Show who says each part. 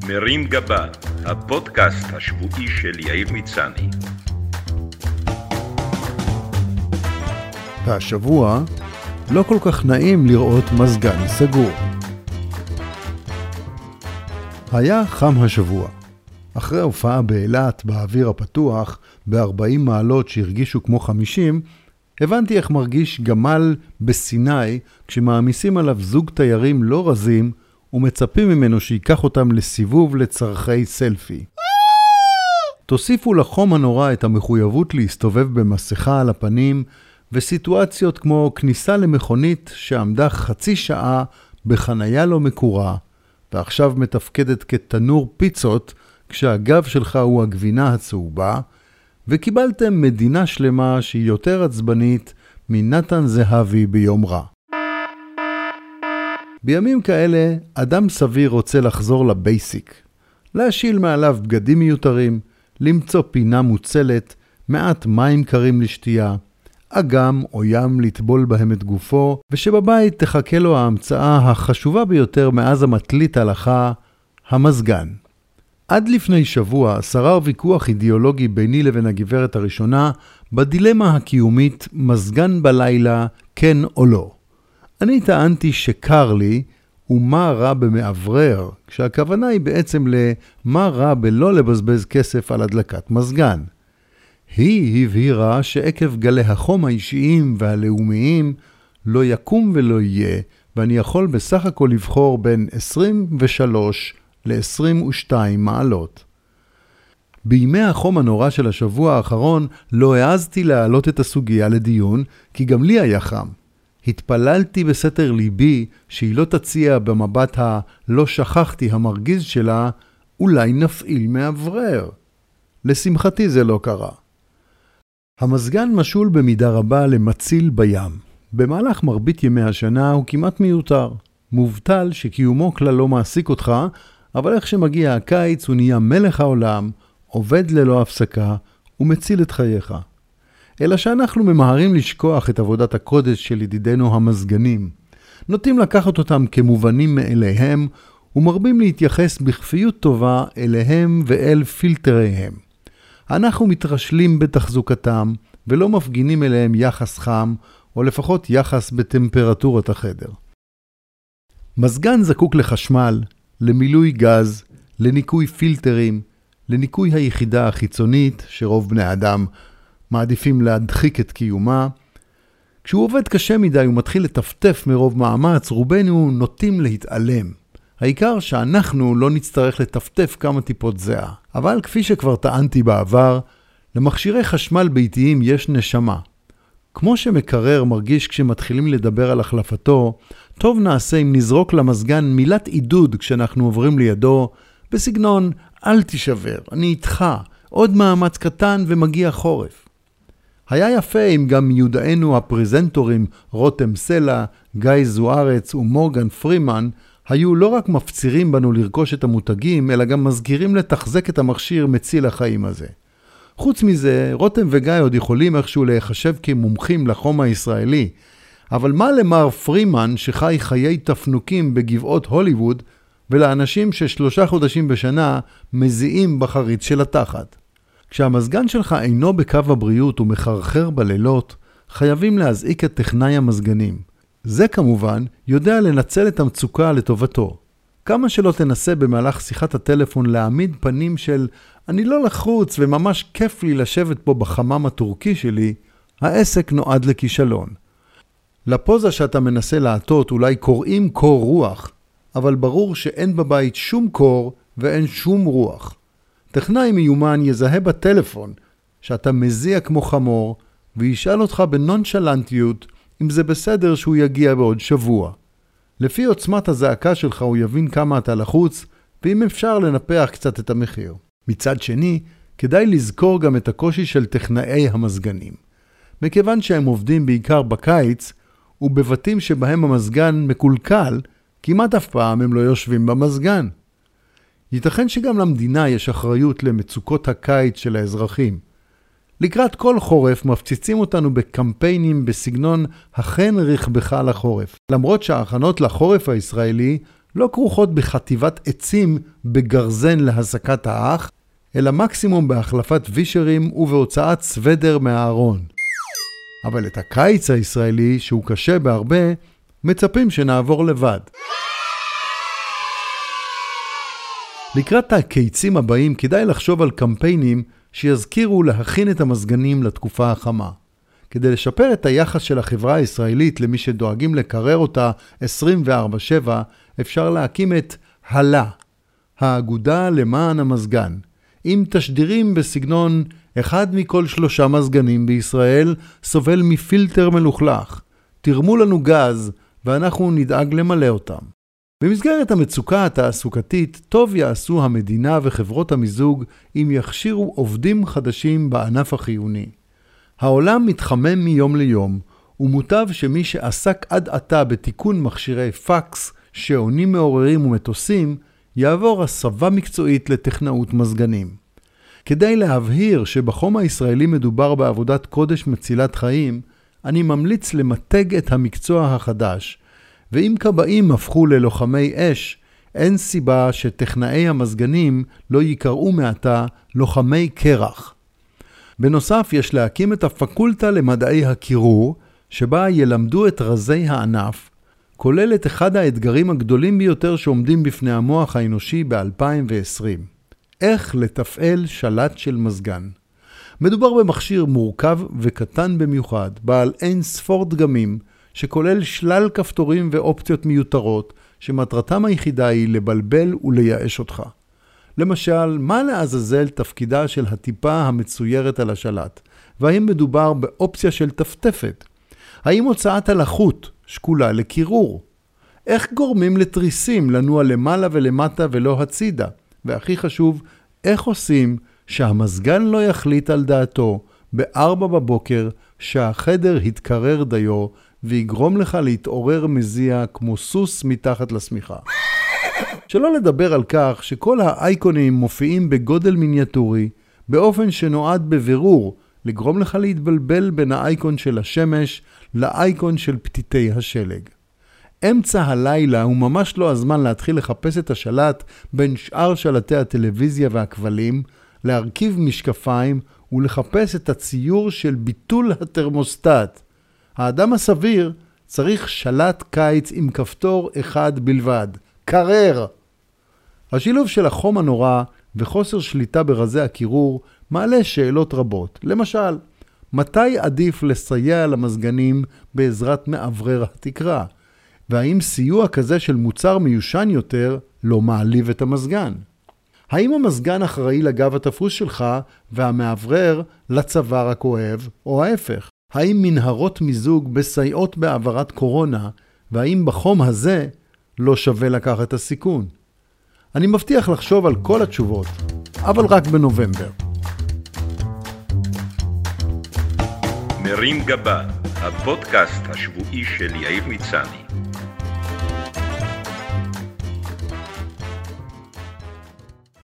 Speaker 1: מרים גבה, הפודקאסט השבועי של יאיר מצני.
Speaker 2: והשבוע לא כל כך נעים לראות מזגן סגור. היה חם השבוע. אחרי הופעה באילת באוויר הפתוח, ב-40 מעלות שהרגישו כמו 50, הבנתי איך מרגיש גמל בסיני כשמעמיסים עליו זוג תיירים לא רזים ומצפים ממנו שיקח אותם לסיבוב לצרכי סלפי. תוסיפו לחום הנורא את המחויבות להסתובב במסכה על הפנים וסיטואציות כמו כניסה למכונית שעמדה חצי שעה בחנייה לא מקורה ועכשיו מתפקדת כתנור פיצות כשהגב שלך הוא הגבינה הצהובה, וקיבלתם מדינה שלמה שהיא יותר עצבנית מנתן זהבי ביום רע. בימים כאלה, אדם סביר רוצה לחזור לבייסיק. להשיל מעליו בגדים מיותרים, למצוא פינה מוצלת, מעט מים קרים לשתייה, אגם או ים לטבול בהם את גופו, ושבבית תחכה לו ההמצאה החשובה ביותר מאז המטלית הלכה, המזגן. עד לפני שבוע שרר ויכוח אידיאולוגי ביני לבין הגברת הראשונה בדילמה הקיומית מזגן בלילה כן או לא. אני טענתי שקר לי ומה רע במעברר, כשהכוונה היא בעצם למה רע בלא לבזבז כסף על הדלקת מזגן. היא הבהירה שעקב גלי החום האישיים והלאומיים לא יקום ולא יהיה, ואני יכול בסך הכל לבחור בין 23 ל-22 מעלות. בימי החום הנורא של השבוע האחרון לא העזתי להעלות את הסוגיה לדיון, כי גם לי היה חם. התפללתי בסתר ליבי שהיא לא תציע במבט הלא שכחתי המרגיז שלה, אולי נפעיל מאוורר. לשמחתי זה לא קרה. המזגן משול במידה רבה למציל בים. במהלך מרבית ימי השנה הוא כמעט מיותר. מובטל שקיומו כלל לא מעסיק אותך, אבל איך שמגיע הקיץ הוא נהיה מלך העולם, עובד ללא הפסקה ומציל את חייך. אלא שאנחנו ממהרים לשכוח את עבודת הקודש של ידידינו המזגנים. נוטים לקחת אותם כמובנים מאליהם ומרבים להתייחס בכפיות טובה אליהם ואל פילטריהם. אנחנו מתרשלים בתחזוקתם ולא מפגינים אליהם יחס חם או לפחות יחס בטמפרטורת החדר. מזגן זקוק לחשמל, למילוי גז, לניקוי פילטרים, לניקוי היחידה החיצונית שרוב בני אדם מעדיפים להדחיק את קיומה. כשהוא עובד קשה מדי ומתחיל לטפטף מרוב מאמץ, רובנו נוטים להתעלם. העיקר שאנחנו לא נצטרך לטפטף כמה טיפות זהה. אבל כפי שכבר טענתי בעבר, למכשירי חשמל ביתיים יש נשמה. כמו שמקרר מרגיש כשמתחילים לדבר על החלפתו, טוב נעשה אם נזרוק למזגן מילת עידוד כשאנחנו עוברים לידו, בסגנון אל תישבר, אני איתך, עוד מאמץ קטן ומגיע חורף. היה יפה אם גם מיודענו הפרזנטורים רותם סלע, גיא זוארץ ומורגן פרימן היו לא רק מפצירים בנו לרכוש את המותגים, אלא גם מזכירים לתחזק את המכשיר מציל החיים הזה. חוץ מזה, רותם וגיא עוד יכולים איכשהו להיחשב כמומחים לחום הישראלי, אבל מה למר פרימן שחי חיי תפנוקים בגבעות הוליווד, ולאנשים ש3 חודשים בשנה מזיעים בחריץ של התחת? כשהמזגן שלך אינו בקו הבריאות ומחרחר בלילות, חייבים להזעיק את טכנאי המזגנים. זה כמובן יודע לנצל את המצוקה לטובתו. כמה שלא תנסה במהלך שיחת הטלפון להעמיד פנים של אני לא לחוץ וממש כיף לי לשבת פה בחמם הטורקי שלי, העסק נועד לכישלון. לפוזה שאתה מנסה לעטות אולי קוראים קור רוח, אבל ברור שאין בבית שום קור ואין שום רוח. טכנאי מיומן יזהה בטלפון שאתה מזיע כמו חמור וישאל אותך בנונשלנטיות אם זה בסדר שהוא יגיע בעוד שבוע. לפי עוצמת הזעקה שלך הוא יבין כמה אתה לחוץ ואם אפשר לנפח קצת את המחיר. מצד שני, כדאי לזכור גם את הקושי של טכנאי המזגנים. מכיוון שהם עובדים בעיקר בקיץ ובבתים שבהם המזגן מקולקל, כמעט אף פעם הם לא יושבים במזגן. ייתכן שגם למדינה יש אחריות למצוקות הקיץ של האזרחים. לקראת כל חורף מפציצים אותנו בקמפיינים בסגנון הכן רכבך לחורף. למרות שההכנות לחורף הישראלי לא כרוכות בחטיבת עצים בגרזן להסקת האח, אלא מקסימום בהחלפת וישרים ובהוצאת סוודר מהארון. אבל את הקיץ הישראלי, שהוא קשה בהרבה, מצפים שנעבור לבד. לקראת הקיצים הבאים כדאי לחשוב על קמפיינים שיזכירו להכין את המזגנים לתקופה החמה. כדי לשפר את היחס של החברה הישראלית למי שדואגים לקרר אותה 24/7, אפשר להקים את הלה, האגודה למען המזגן, עם תשדירים בסגנון אחד מכל 3 מזגנים בישראל סובל מפילטר מלוכלך. תרמו לנו גז ואנחנו נדאג למלא אותם. במסגרת המצוקה התעסוקתית, טוב יעשו המדינה וחברות המיזוג אם יכשירו עובדים חדשים בענף החיוני. העולם מתחמם מיום ליום, ומוטב שמי שעסק עד עתה בתיקון מכשירי פקס, שעונים מעוררים ומטוסים, יעבור הסבה מקצועית לטכנאות מזגנים. כדי להבהיר שבחום הישראלי מדובר בעבודת קודש מצילת חיים, אני ממליץ למתג את המקצוע החדש, ואם כבאים הפכו ללוחמי אש, אין סיבה שטכנאי המזגנים לא יקראו מעתה לוחמי קרח. בנוסף, יש להקים את הפקולטה למדעי הקירור, שבה ילמדו את רזי הענף, כולל את אחד האתגרים הגדולים ביותר שעומדים בפני המוח האנושי ב-2020. איך לתפעל שלט של מזגן. מדובר במכשיר מורכב וקטן במיוחד, בעל אין ספור דגמים, שכולל שלל כפתורים ואופציות מיותרות, שמטרתם היחידה היא לבלבל ולייאש אותך. למשל, מה לעזאזל תפקידה של הטיפה המצוירת על השלט? והאם מדובר באופציה של טפטפת? האם הוצאת הלחות שקולה לקירור? איך גורמים לתריסים לנוע למעלה ולמטה ולא הצידה? והכי חשוב, איך עושים שהמזגן לא יחליט על דעתו ב-4 בבוקר שהחדר התקרר דיו ויגרום לך להתעורר מזיע כמו סוס מתחת לשמיכה. שלא לדבר על כך שכל האייקונים מופיעים בגודל מיניאטורי, באופן שנועד בבירור לגרום לך להתבלבל בין האייקון של השמש לאייקון של פתיתי השלג. אמצע הלילה הוא ממש לא הזמן להתחיל לחפש את השלט בין שאר שלטי הטלוויזיה והכבלים, להרכיב משקפיים ולחפש את הציור של ביטול התרמוסטט. האדם הסביר צריך שלט קיץ עם כפתור אחד בלבד, קרר. השילוב של החום הנורא וחוסר שליטה ברזי הקירור מעלה שאלות רבות. למשל, מתי עדיף לסייע למזגנים בעזרת מעברר התקרה? והאם סיוע כזה של מוצר מיושן יותר לא מעליב את המזגן? האם המזגן אחראי לגב התפוס שלך והמעברר לצוואר הכואב, או ההפך? האם מנהרות מיזוג בסייעות בעברת קורונה, והאם בחום הזה לא שווה לקחת את הסיכון? אני מבטיח לחשוב על כל התשובות, אבל רק בנובמבר.
Speaker 1: מרים גבה, הפודקאסט השבועי של יאיר מצני.